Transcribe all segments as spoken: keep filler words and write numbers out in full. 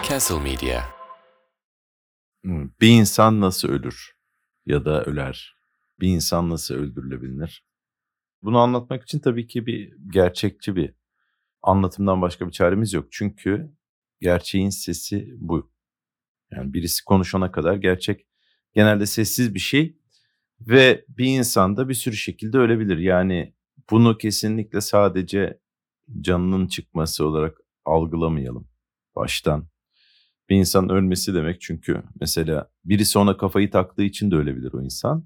Castle Media. Hmm, Bir insan nasıl ölür ya da öler? Bir insan nasıl öldürülebilir? Bunu anlatmak için tabii ki bir gerçekçi bir anlatımdan başka bir çaremiz yok. Çünkü gerçeğin sesi bu. Yani birisi konuşana kadar gerçek genelde sessiz bir şey ve bir insan da bir sürü şekilde ölebilir. Yani bunu kesinlikle sadece canının çıkması olarak algılamayalım baştan. Bir insanın ölmesi demek çünkü mesela birisi ona kafayı taktığı için de ölebilir o insan.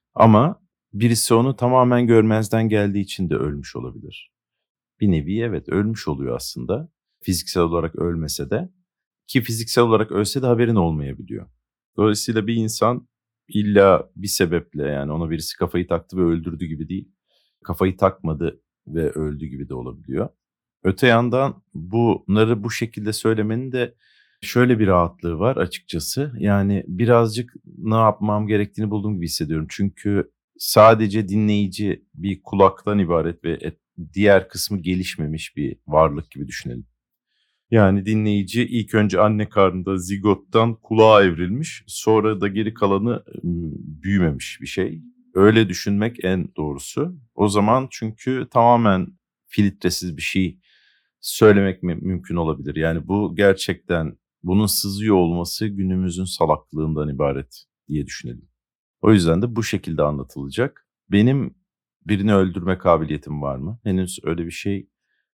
Ama birisi onu tamamen görmezden geldiği için de ölmüş olabilir. Bir nevi evet ölmüş oluyor aslında. Fiziksel olarak ölmese de ki fiziksel olarak ölse de haberin olmayabiliyor. Dolayısıyla bir insan illa bir sebeple yani ona birisi kafayı taktı ve öldürdü gibi değil. Kafayı takmadı ve öldü gibi de olabiliyor. Öte yandan bunları bu şekilde söylemenin de şöyle bir rahatlığı var açıkçası. Yani birazcık ne yapmam gerektiğini bulduğum gibi hissediyorum. Çünkü sadece dinleyici bir kulaktan ibaret ve et- diğer kısmı gelişmemiş bir varlık gibi düşünelim. Yani dinleyici ilk önce anne karnında zigottan kulağa evrilmiş, sonra da geri kalanı ım, büyümemiş bir şey. Öyle düşünmek en doğrusu. O zaman çünkü tamamen filtresiz bir şey söylemek mi- mümkün olabilir. Yani bu gerçekten bunun sızıyor olması günümüzün salaklığından ibaret diye düşünelim. O yüzden de bu şekilde anlatılacak. Benim birini öldürme kabiliyetim var mı? Henüz öyle bir şey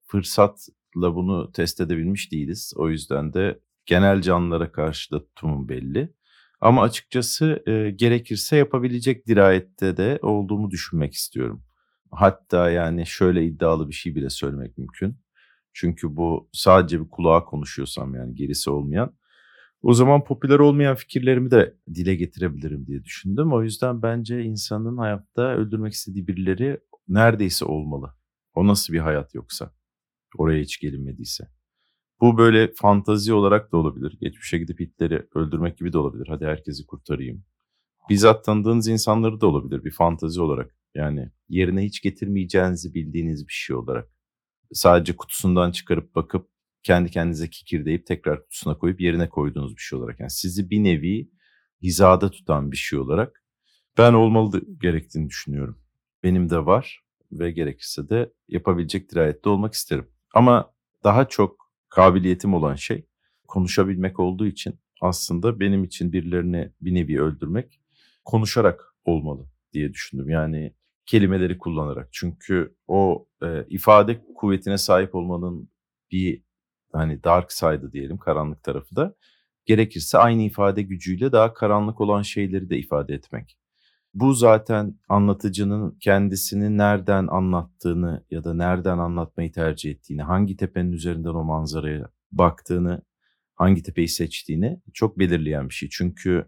fırsatla bunu test edebilmiş değiliz. O yüzden de genel canlılara karşı da tutumum belli. Ama açıkçası e, gerekirse yapabilecek dirayette de olduğumu düşünmek istiyorum. Hatta yani şöyle iddialı bir şey bile söylemek mümkün. Çünkü bu sadece bir kulağa konuşuyorsam yani gerisi olmayan. O zaman popüler olmayan fikirlerimi de dile getirebilirim diye düşündüm. O yüzden bence insanın hayatta öldürmek istediği birileri neredeyse olmalı. O nasıl bir hayat yoksa, oraya hiç gelinmediyse. Bu böyle fantazi olarak da olabilir. Geçmişe gidip Hitler'i öldürmek gibi de olabilir. Hadi herkesi kurtarayım. Bizzat tanıdığınız insanları da olabilir bir fantazi olarak. Yani yerine hiç getirmeyeceğinizi bildiğiniz bir şey olarak. Sadece kutusundan çıkarıp bakıp kendi kendinize kikirdeyip tekrar kutusuna koyup yerine koyduğunuz bir şey olarak. Yani sizi bir nevi hizada tutan bir şey olarak ben olmalı gerektiğini düşünüyorum. Benim de var ve gerekirse de yapabilecek dirayette olmak isterim. Ama daha çok kabiliyetim olan şey konuşabilmek olduğu için aslında benim için birilerini bir nevi öldürmek konuşarak olmalı diye düşündüm. Yani kelimeleri kullanarak. Çünkü o e, ifade kuvvetine sahip olmanın bir hani dark side'ı diyelim karanlık tarafı da gerekirse aynı ifade gücüyle daha karanlık olan şeyleri de ifade etmek. Bu zaten anlatıcının kendisini nereden anlattığını ya da nereden anlatmayı tercih ettiğini, hangi tepenin üzerinden o manzaraya baktığını, hangi tepeyi seçtiğini çok belirleyen bir şey. Çünkü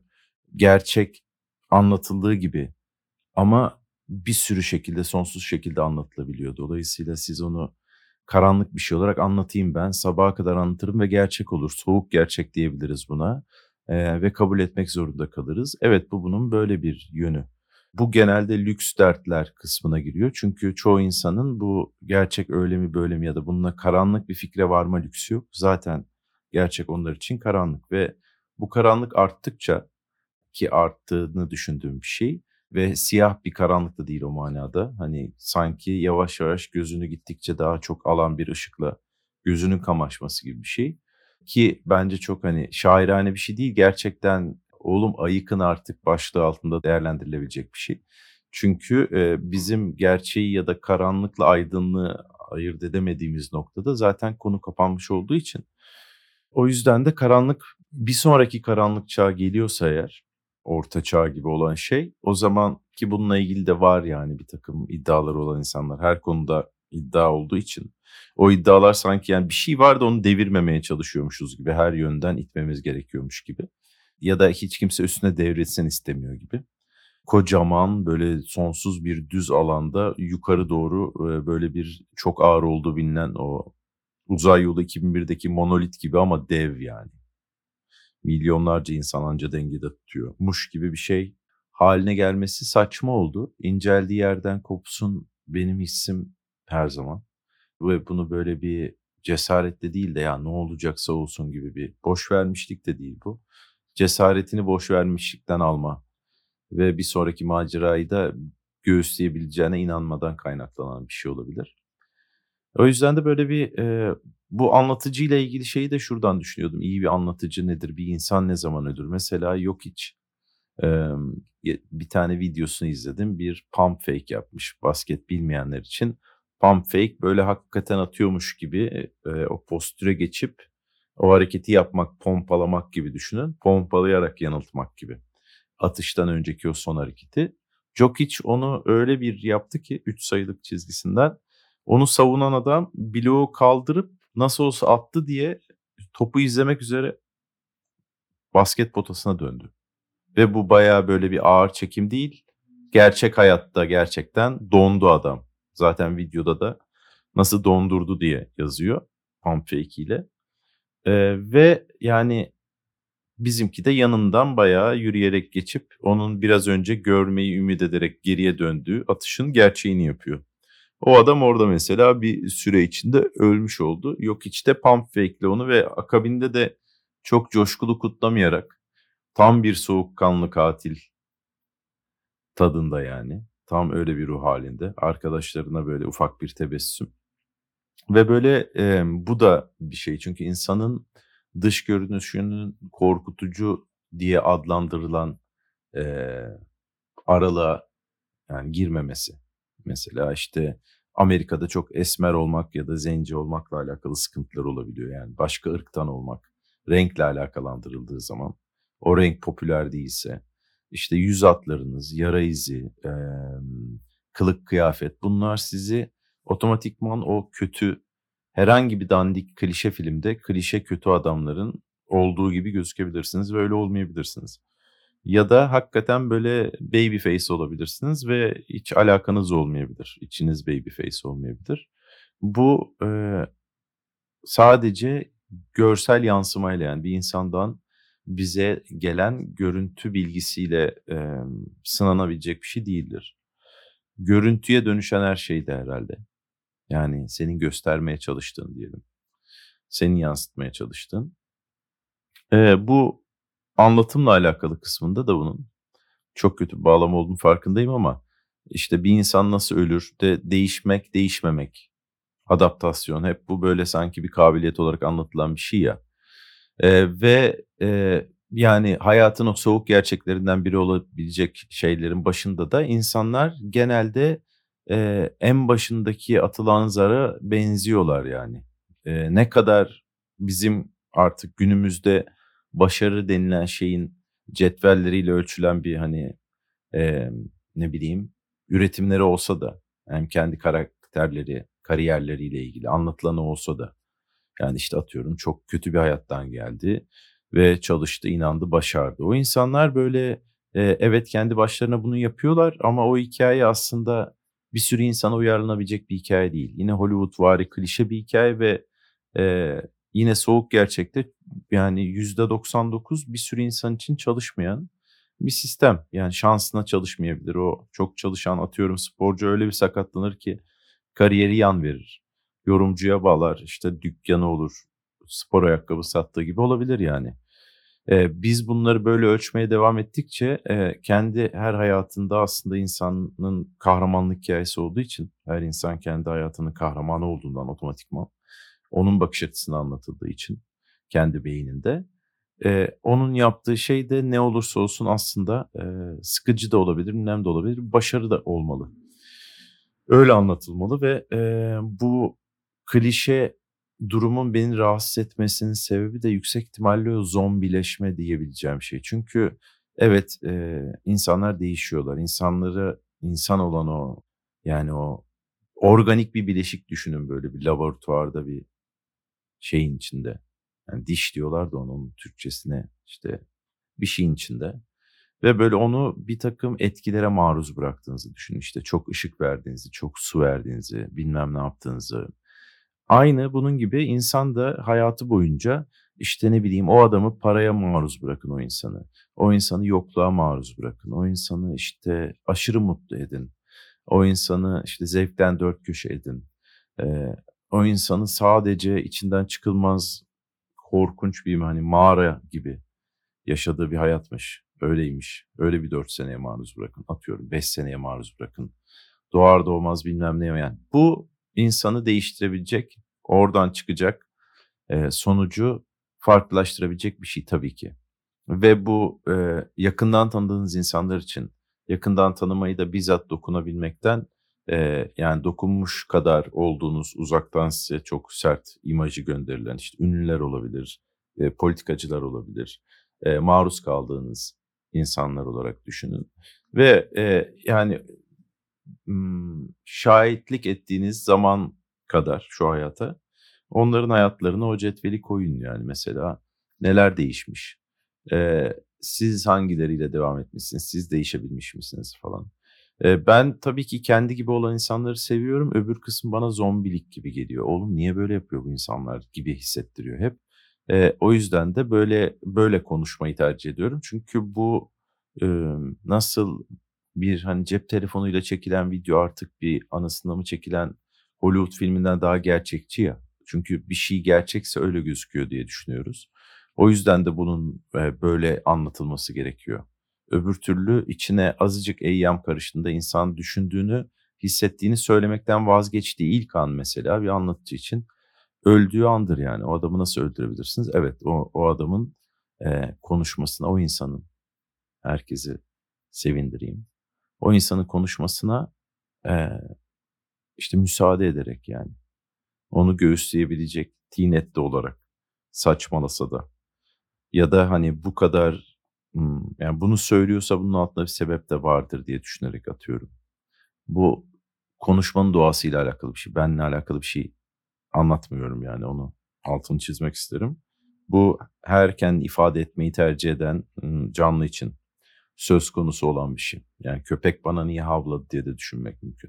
gerçek anlatıldığı gibi ama bir sürü şekilde, sonsuz şekilde anlatılabiliyor. Dolayısıyla siz onu karanlık bir şey olarak anlatayım ben, sabaha kadar anlatırım ve gerçek olur. Soğuk gerçek diyebiliriz buna, eee, ve kabul etmek zorunda kalırız. Evet, bu bunun böyle bir yönü. Bu genelde lüks dertler kısmına giriyor. Çünkü çoğu insanın bu gerçek öyle mi böyle mi ya da bununla karanlık bir fikre varma lüksü yok. Zaten gerçek onlar için karanlık ve bu karanlık arttıkça ki arttığını düşündüğüm bir şey ve siyah bir karanlık da değil o manada. Hani sanki yavaş yavaş gözünü gittikçe daha çok alan bir ışıkla gözünün kamaşması gibi bir şey. Ki bence çok hani şairane bir şey değil. Gerçekten oğlum ayıkın artık başlığı altında değerlendirilebilecek bir şey. Çünkü e, bizim gerçeği ya da karanlıkla aydınlığı ayırt edemediğimiz noktada zaten konu kapanmış olduğu için o yüzden de karanlık bir sonraki karanlık çağ geliyorsa eğer, orta çağ gibi olan şey, o zaman ki bununla ilgili de var yani bir takım iddiaları olan insanlar. Her konuda iddia olduğu için o iddialar sanki yani bir şey var da onu devirmemeye çalışıyormuşuz gibi, her yönden itmemiz gerekiyormuş gibi. Ya da hiç kimse üstüne devretsin istemiyor gibi. Kocaman böyle sonsuz bir düz alanda yukarı doğru e, böyle bir çok ağır olduğu bilinen o Uzay Yolu iki bin birdeki monolit gibi ama dev yani. Milyonlarca insan anca dengede tutuyor. Muş gibi bir şey haline gelmesi saçma oldu. İnceldiği yerden kopsun benim hissim her zaman. Ve bunu böyle bir cesaretle değil de "Ya, ne olacaksa olsun." gibi bir boş vermişlik de değil bu. Cesaretini boş vermişlikten alma ve bir sonraki macerayı da göğüsleyebileceğine inanmadan kaynaklanan bir şey olabilir. O yüzden de böyle bir, eee, bu anlatıcıyla ilgili şeyi de şuradan düşünüyordum. İyi bir anlatıcı nedir? Bir insan ne zaman ölür? Mesela Jokic, emm, ye bir tane videosunu izledim. Bir pump fake yapmış basket bilmeyenler için. Pump fake böyle hakikaten atıyormuş gibi, eee, o postüre geçip o hareketi yapmak, pompalamak gibi düşünün. Pompalayarak yanıltmak gibi. Atıştan önceki o son hareketi. Jokic onu öyle bir yaptı ki üç sayılık çizgisinden, onu savunan adam bloğu kaldırıp nasıl olsa attı diye topu izlemek üzere basket potasına döndü ve bu bayağı böyle bir ağır çekim değil, gerçek hayatta gerçekten dondu adam. Zaten videoda da nasıl dondurdu diye yazıyor pump fake ile. Eee, ve yani bizimki de yanından bayağı yürüyerek geçip onun biraz önce görmeyi ümit ederek geriye döndüğü atışın gerçeğini yapıyor. O adam orada mesela bir süre içinde ölmüş oldu. Yok işte pump fake'le onu ve akabinde de çok coşkulu kutlamayarak tam bir soğukkanlı katil tadında yani. Tam öyle bir ruh halinde. Arkadaşlarına böyle ufak bir tebessüm. Ve böyle, emm, bu da bir şey çünkü insanın dış görünüşünün korkutucu diye adlandırılan, eee, aralığa, yani, girmemesi. Mesela, işte, Amerika'da çok esmer olmak ya da zenci olmakla alakalı sıkıntılar olabiliyor. Yani, başka ırktan olmak, renkle alakalandırıldığı zaman, o renk popüler değilse, işte, yüz hatlarınız, yara izi, emm, kılık kıyafet bunlar sizi otomatikman o kötü, herhangi bir dandik klişe filmde klişe kötü adamların olduğu gibi gözükebilirsiniz ve öyle olmayabilirsiniz. Ya da hakikaten böyle baby face olabilirsiniz ve hiç alakanız olmayabilir. İçiniz baby face olmayabilir. Bu, eee, sadece görsel yansımayla, yani, bir insandan bize gelen görüntü bilgisiyle, emm, sınanabilecek bir şey değildir. Görüntüye dönüşen her şey de herhâlde. Yani, senin göstermeye çalıştığın diyelim, senin yansıtmaya çalıştığın. Eee, bu anlatımla alakalı kısmında da bunun çok kötü bir bağlam olduğunun farkındayım ama, işte, bir insan nasıl ölür de değişmek, değişmemek, adaptasyon hep bu böyle sanki bir kabiliyet olarak anlatılan bir şey ya. Eee, ve, eee, yani, hayatın o soğuk gerçeklerinden biri olabilecek şeylerin başında da insanlar genelde, eee, en başındaki atılan zara benziyorlar yani. Eee, ne kadar bizim artık günümüzde başarı denilen şeyin cetvelleriyle ölçülen bir, hani, emm, ne bileyim, üretimleri olsa da hem kendi karakterleri, kariyerleriyle ilgili anlatılanı olsa da, yani, işte, atıyorum çok kötü bir hayattan geldi ve çalıştı, inandı, başardı. O insanlar böyle, eee, evet, kendi başlarına bunu yapıyorlar ama o hikâye aslında bir sürü insana uyarlanabilecek bir hikâye değil. Yine Hollywoodvari klişe bir hikâye ve, eee, yine soğuk gerçekte, yani, yüzde doksan dokuz bir sürü insan için çalışmayan bir sistem. Yani, şansına çalışmayabilir. O çok çalışan, atıyorum, sporcu öyle bir sakatlanır ki kariyeri yan verir. Yorumcuya bağlar, işte, dükkânı olur, spor ayakkabı sattığı gibi olabilir yani. Eee, biz bunları böyle ölçmeye devam ettikçe, eee, kendi her hayatında aslında insanın kahramanlık hikâyesi olduğu için, her insan kendi hayatının kahramanı olduğundan otomatikman, onun bakış açısından anlatıldığı için kendi beyninde, eee, onun yaptığı şey de ne olursa olsun aslında, eee, sıkıcı da olabilir, bilmem de olabilir, başarı da olmalı. Öyle anlatılmalı ve, eee, bu klişe durumun beni rahatsız etmesinin sebebi de yüksek ihtimalle o zombileşme diyebileceğim şey. Çünkü evet, eee, insanlar değişiyorlar. İnsanları insan olan o, yani o organik bir bileşik düşünün böyle bir laboratuvarda bir şeyin içinde. Yani diş diyorlar da onun Türkçesine, işte, bir şeyin içinde. Ve böyle onu birtakım etkilere maruz bıraktığınızı düşünün. İşte çok ışık verdiğinizi, çok su verdiğinizi, bilmem ne yaptığınızı. Aynı bunun gibi insan da hayatı boyunca, işte, ne bileyim, o adamı paraya maruz bırakın o insanı. O insanı yokluğa maruz bırakın. O insanı, işte, aşırı mutlu edin. O insanı, işte, zevkten dört köşe edin. Eee, o insanın sadece içinden çıkılmaz korkunç bir, hani, mağara gibi yaşadığı bir hayatmış. Öyleymiş. Öyle bir dört seneye maruz bırakın. Atıyorum beş seneye maruz bırakın. Doğar doğmaz bilmem ne yani. Bu insanı değiştirebilecek, oradan çıkacak, eee, sonucu farklılaştırabilecek bir şey tabii ki. Ve bu, eee, yakından tanıdığınız insanlar için yakından tanımayı da bizzat dokunabilmekten, eee, yani dokunmuş kadar olduğunuz, uzaktan size çok sert imajı gönderilen, işte, ünlüler olabilir, eee, politikacılar olabilir, eee, maruz kaldığınız insanlar olarak düşünün ve, eee, yani, ımm, şahitlik ettiğiniz zaman kadar şu hayata, onların hayatlarına o cetveli koyun yani mesela neler değişmiş? Eee, siz hangileriyle devam etmişsiniz? Siz değişebilmiş misiniz falan? Eee, ben tabii ki kendi gibi olan insanları seviyorum. Öbür kısım bana zombilik gibi geliyor. "Oğlum niye böyle yapıyor bu insanlar?" gibi hissettiriyor hep. Eee, o yüzden de böyle böyle konuşmayı tercih ediyorum. Çünkü bu, ımm, nasıl bir, hani, cep telefonuyla çekilen video artık bir anısına mı çekilen Hollywood filminden daha gerçekçi ya. Çünkü bir şey gerçekse öyle gözüküyor diye düşünüyoruz. O yüzden de bunun, eee, böyle anlatılması gerekiyor. Öbür türlü içine azıcık eyyam karıştığında insan düşündüğünü, hissettiğini söylemekten vazgeçtiği ilk an mesela bir anlatıcı için öldüğü andır yani. O adamı nasıl öldürebilirsiniz? Evet, o o adamın, eee, konuşmasına, o insanın, herkesi sevindireyim, o insanın konuşmasına, eee, işte, müsaade ederek yani. Onu göğüsleyebilecek tinette olarak saçmalasa da ya da, hani, bu kadar, ımm, yani, bunu söylüyorsa bunun altında bir sebep de vardır diye düşünerek atıyorum. Bu konuşmanın doğasıyla alakalı bir şey. Benimle alakalı bir şey anlatmıyorum yani onu altını çizmek isterim. Bu her kendini ifade etmeyi tercih eden, ımm, canlı için söz konusu olan bir şey. Yani köpek bana niye havladı diye de düşünmek mümkün.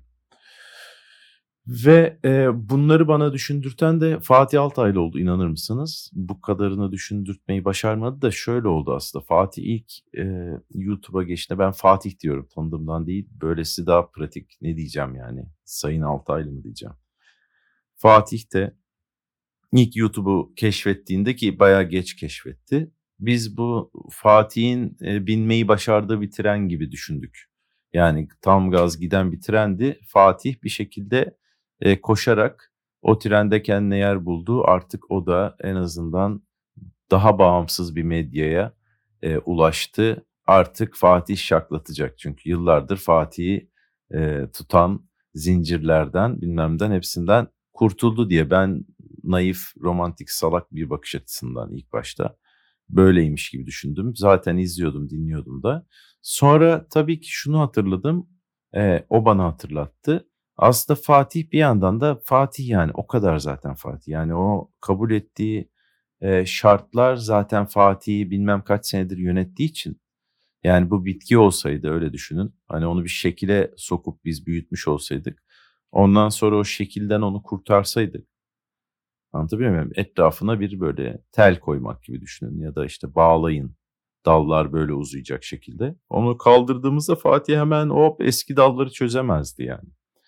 Ve, eee, bunları bana düşündürten de Fatih Altaylı oldu, inanır mısınız? Bu kadarını düşündürtmeyi başarmadı da şöyle oldu aslında. Fatih ilk, eee, YouTube'a geçtiğinde ben Fatih diyorum tanıdığımdan değil. Böylesi daha pratik. Ne diyeceğim yani? Sayın Altaylı mı diyeceğim? Fatih de ilk YouTube'u keşfettiğinde ki bayağı geç keşfetti. Biz bu Fatih'in, eee, binmeyi başardığı bir tren gibi düşündük. Yani tam gaz giden bir trendi. Fatih bir şekilde, eee, koşarak o trende kendine yer buldu. Artık o da en azından daha bağımsız bir medyaya, eee, ulaştı. Artık Fatih şaklatacak çünkü yıllardır Fatih'i, eee, tutan zincirlerden, bilmem neden hepsinden kurtuldu diye ben naif, romantik, salak bir bakış açısından ilk başta böyleymiş gibi düşündüm. Zaten izliyordum, dinliyordum da. Sonra tabii ki şunu hatırladım, eee, o bana hatırlattı. Aslında Fatih bir yandan da Fatih yani o kadar zaten Fatih. Yani o kabul ettiği Eee, şartlar zaten Fatih'i bilmem kaç senedir yönettiği için, yani bu bitki olsaydı öyle düşünün, hani onu bir şekile sokup biz büyütmüş olsaydık, ondan sonra o şekilden onu kurtarsaydık, anlatabiliyor muyum? Etrafına bir böyle tel koymak gibi düşünün ya da işte bağlayın, dallar böyle uzayacak şekilde. Onu kaldırdığımızda Fatih hemen hop eski dalları çözemezdi yani.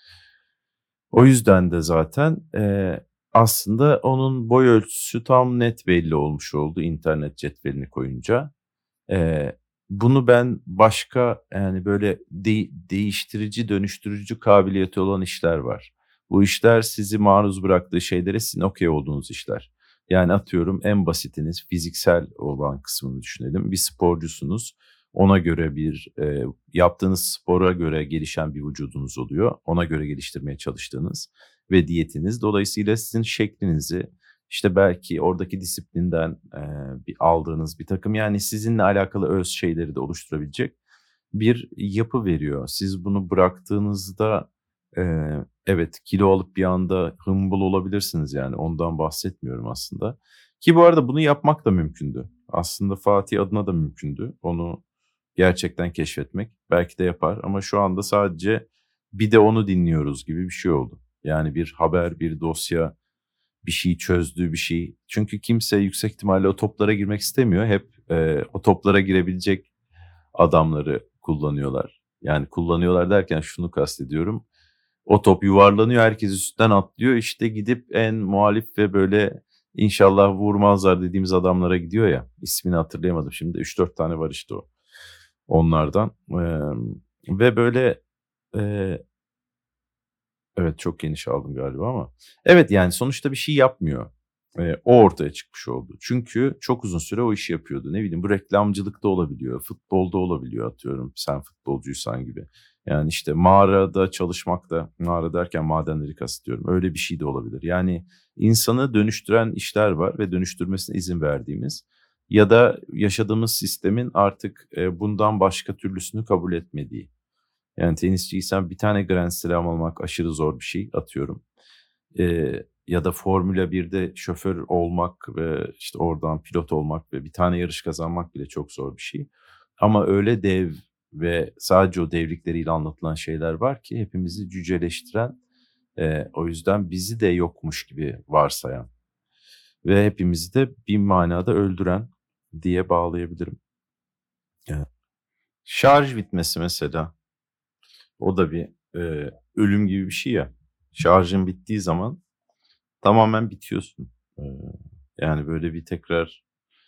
O yüzden de zaten, eee, aslında onun boy ölçüsü tam net belli olmuş oldu internet cetvelini koyunca. Eee, bunu ben başka, yani, böyle, dey değiştirici, dönüştürücü kabiliyeti olan işler var. Bu işler sizi maruz bıraktığı şeylere sizin okay olduğunuz işler. Yani, atıyorum en basitiniz fiziksel olan kısmını düşünelim. Bir sporcusunuz. Ona göre bir, eee, yaptığınız spora göre gelişen bir vücudunuz oluyor. Ona göre geliştirmeye çalıştığınız ve diyetiniz. Dolayısıyla sizin şeklinizi, işte, belki oradaki disiplinden, eee, bir aldığınız birtakım, yani, sizinle alakalı öz şeyleri de oluşturabilecek bir yapı veriyor. Siz bunu bıraktığınızda, eee, evet, kilo alıp bir anda hımbıl olabilirsiniz, yani, ondan bahsetmiyorum aslında. Ki bu arada bunu yapmak da mümkündü. Aslında Fatih adına da mümkündü. Onu gerçekten keşfetmek. Belki de yapar ama şu anda sadece bir de onu dinliyoruz gibi bir şey oldu. Yani, bir haber, bir dosya, bir şeyi çözdüğü bir şey. Çünkü kimse yüksek ihtimalle o toplara girmek istemiyor. Hep, eee, o toplara girebilecek adamları kullanıyorlar. Yani kullanıyorlar derken şunu kastediyorum. O top yuvarlanıyor, herkes üstünden atlıyor. İşte gidip en muhalif ve böyle inşallah vurmazlar dediğimiz adamlara gidiyor ya. İsmini hatırlayamadım şimdi. Üç dört tane var işte o onlardan. Emm, ve böyle, eee evet, çok geniş aldım galiba ama evet, yani, sonuçta bir şey yapmıyor. Eee, o ortaya çıkmış oldu. Çünkü çok uzun süre o işi yapıyordu. Ne bileyim, bu reklamcılıkta olabiliyor, futbolda olabiliyor atıyorum sen futbolcuysan gibi. Yani, işte, mağarada çalışmak da, mağara derken madenleri kastediyorum, öyle bir şey de olabilir. Yani, insanı dönüştüren işler var ve dönüştürmesine izin verdiğimiz ya da yaşadığımız sistemin artık, eee, bundan başka türlüsünü kabul etmediği. Yani tenisçiysen bir tane Grand Slam almak aşırı zor bir şey, atıyorum. Eee, ya da Formula birde şoför olmak ve, işte, oradan pilot olmak ve bir tane yarış kazanmak bile çok zor bir şey. Ama öyle dev ve sadece o devlikleriyle anlatılan şeyler var ki hepimizi cüceleştiren, eee, o yüzden bizi de yokmuş gibi varsayan ve hepimizi de bir manada öldüren diye bağlayabilirim. Evet. Şarj bitmesi mesela. O da bir, eee, ölüm gibi bir şey ya. Şarjın bittiği zaman tamamen bitiyorsun. Eee, yani, böyle, bir tekrar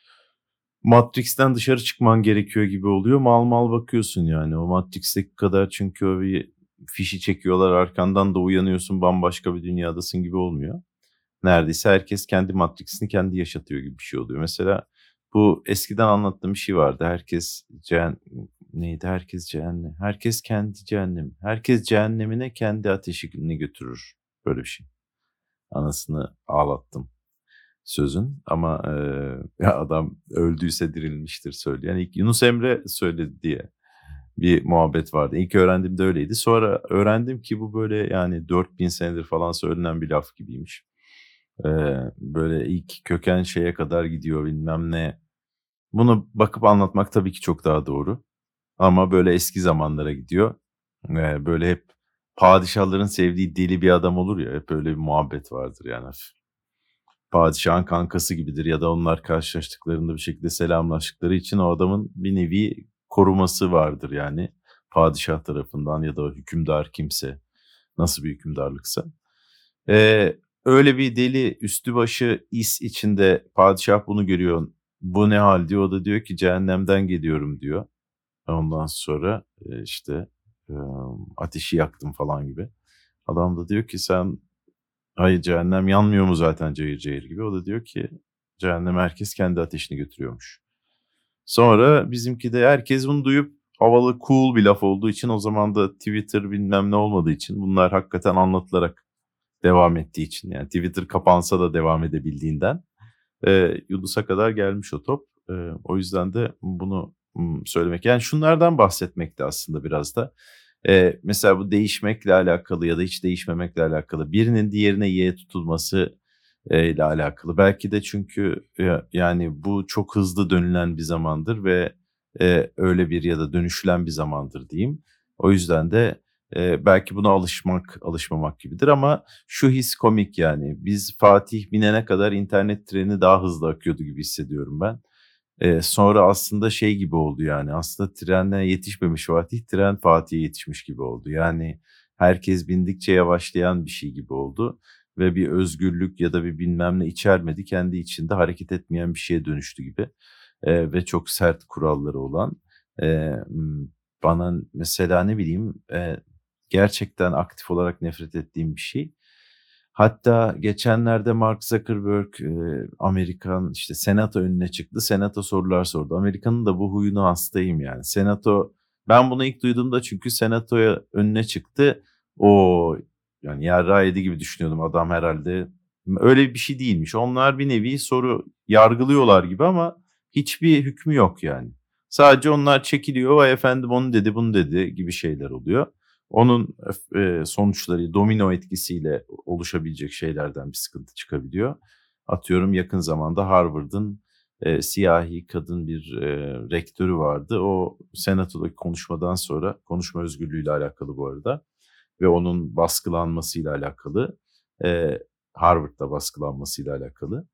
Matrix'ten dışarı çıkman gerekiyor gibi oluyor. Mal mal bakıyorsun, yani. O Matrix'teki kadar çünkü o bir fişi çekiyorlar, arkandan da uyanıyorsun, bambaşka bir dünyadasın gibi olmuyor. Neredeyse herkes kendi Matrix'ini kendi yaşatıyor gibi bir şey oluyor. Mesela bu eskiden anlattığım bir şey vardı. Herkes cehen neydi? Herkes cehennem herkes kendi cehennemi herkes cehennemine kendi ateşini götürür. Böyle bir şey. Anasını ağlattım sözün ama, eee, ya, adam öldüyse dirilmiştir söyleyen ilk Yunus Emre söyledi diye bir muhabbet vardı. İlk öğrendiğimde öyleydi. Sonra öğrendim ki bu böyle, yani, dört bin senedir falan söylenen bir laf gibiymiş. Eee, böyle ilk köken şeye kadar gidiyor bilmem ne. Bunu bakıp anlatmak tabii ki çok daha doğru ama böyle eski zamanlara gidiyor. Eee, böyle hep padişahların sevdiği deli bir adam olur ya, hep öyle bir muhabbet vardır yani hafif. Padişahın kankası gibidir ya da onlar karşılaştıklarında bir şekilde selamlaştıkları için o adamın bir nevi koruması vardır yani padişah tarafından ya da o hükümdar kimse, nasıl bir hükümdarlıksa. Eee, öyle bir deli üstü başı is içinde padişah bunu görüyor. "Bu ne hal?" diyor. O da diyor ki, "Cehennemden geliyorum." diyor. Ondan sonra, eee, işte, emm, ateşi yaktım falan gibi. Adam da diyor ki, "Sen hayır cehennem yanmıyor mu zaten cayır cayır?" gibi. O da diyor ki, "Cehenneme herkes kendi ateşini götürüyormuş." Sonra bizimki de herkes bunu duyup havalı, cool bir laf olduğu için o zaman da Twitter bilmem ne olmadığı için bunlar hakikaten anlatılarak devam ettiği için yani Twitter kapansa da devam edebildiğinden, eee, Yunus'a kadar gelmiş o top. Eee, o yüzden de bunu, ımm, söylemek yani şunlardan bahsetmekti aslında biraz da. Eee, mesela bu değişmekle alakalı ya da hiç değişmemekle alakalı, birinin diğerine yeğe tutulması, eee, ile alakalı. Belki de çünkü, ya yani bu çok hızlı dönülen bir zamandır ve, eee, öyle bir ya da dönüşülen bir zamandır diyeyim. O yüzden de, eee, belki buna alışmak, alışmamak gibidir ama şu his komik yani. Biz Fatih binene kadar internet treni daha hızlı akıyordu gibi hissediyorum ben. Eee, sonra aslında şey gibi oldu yani, aslında trenle yetişmemiş Fatih, tren Fatih'e yetişmiş gibi oldu. Yani herkes bindikçe yavaşlayan bir şey gibi oldu ve bir özgürlük ya da bir bilmem ne içermedi. Kendi içinde hareket etmeyen bir şeye dönüştü gibi, eee, ve çok sert kuralları olan. Eee, ımm, bana mesela ne bileyim, eee, gerçekten aktif olarak nefret ettiğim bir şey. Hatta geçenlerde Mark Zuckerberg, eee, Amerikan, işte, senato önüne çıktı. Senato sorular sordu. Amerika'nın da bu huyuna hastayım yani. Senato ben bunu ilk duyduğumda çünkü senatoya önüne çıktı. O yani yerrağı yedi gibi düşünüyordum adam herhalde. Öyle bir şey değilmiş. Onlar bir nevi soru yargılıyorlar gibi ama hiçbir hükmü yok yani. Sadece onlar çekiliyor. "Vay efendim onu dedi, bunu dedi." gibi şeyler oluyor. Onun öf eee, sonuçları domino etkisiyle oluşabilecek şeylerden bir sıkıntı çıkabiliyor. Atıyorum yakın zamanda Harvard'ın, eee, siyahi kadın bir, eee, rektörü vardı. O senatodaki konuşmadan sonra, konuşma özgürlüğüyle alakalı bu arada ve onun baskılanmasıyla alakalı, eee, Harvard'da baskılanmasıyla alakalı,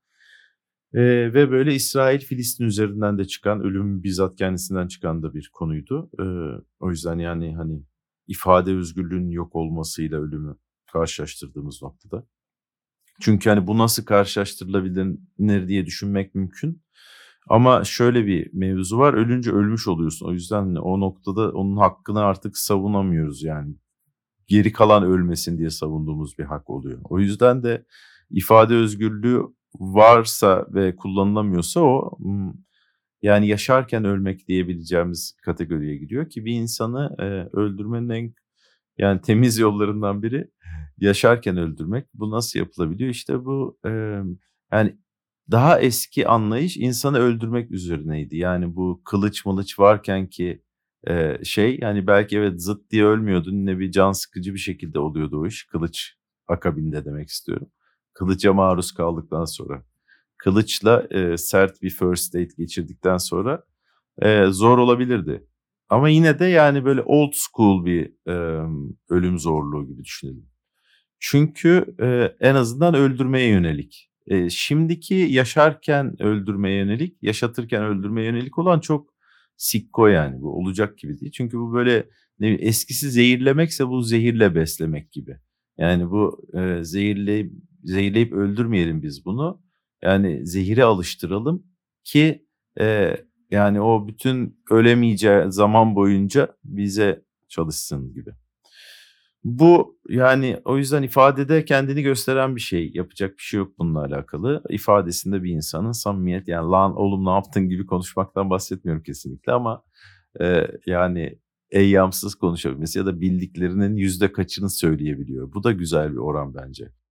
eee, ve böyle İsrail-Filistin üzerinden de çıkan, ölüm bizzat kendisinden çıkan da bir konuydu. Eee, o yüzden yani, hani, ifade özgürlüğünün yok olmasıyla ölümü karşılaştırdığımız noktada. Çünkü, hani, bu nasıl karşılaştırılabilir diye düşünmek mümkün ama şöyle bir mevzu var, ölünce ölmüş oluyorsun. O yüzden, hani, o noktada onun hakkını artık savunamıyoruz yani. Geri kalan ölmesin diye savunduğumuz bir hak oluyor. O yüzden de ifade özgürlüğü varsa ve kullanılamıyorsa o, ımm, yani, yaşarken ölmek diyebileceğimiz kategoriye giriyor ki bir insanı, eee, öldürmenin en, yani, temiz yollarından biri yaşarken öldürmek. Bu nasıl yapılabiliyor? İşte bu, emm, yani, daha eski anlayış insanı öldürmek üzerineydi. Yani, bu kılıç mılıç varkenki, eee, şey, hani, belki evet, zıt diye ölmüyordun, yine bir can sıkıcı bir şekilde oluyordu o iş. Kılıç akabinde demek istiyorum. Kılıca maruz kaldıktan sonra. Kılıçla, eee, sert bir first aid geçirdikten sonra, eee, zor olabilirdi. Ama yine de, yani, böyle old school bir, emm, ölüm zorluğu gibi düşünelim. Çünkü, eee, en azından öldürmeye yönelik. Eee, şimdiki yaşarken öldürmeye yönelik, yaşatırken öldürmeye yönelik olan çok sikko yani. Bu olacak gibi değil. Çünkü bu böyle, ne bileyim, eskisi zehirlemekse bu zehirle beslemek gibi. Yani bu, eee, zehirleyip zehirleyip öldürmeyelim biz bunu. Yani zehire alıştıralım ki, eee, yani o bütün ölemeyeceği zaman boyunca bize çalışsın gibi. Bu, yani, o yüzden ifadede kendini gösteren bir şey. Yapacak bir şey yok bununla alakalı. İfadesinde bir insanın samimiyet, yani, "Lan oğlum ne yaptın?" gibi konuşmaktan bahsetmiyorum kesinlikle ama, eee, yani, eyyamsız konuşabilmesi ya da bildiklerinin yüzde kaçını söyleyebiliyor. Bu da güzel bir oran bence.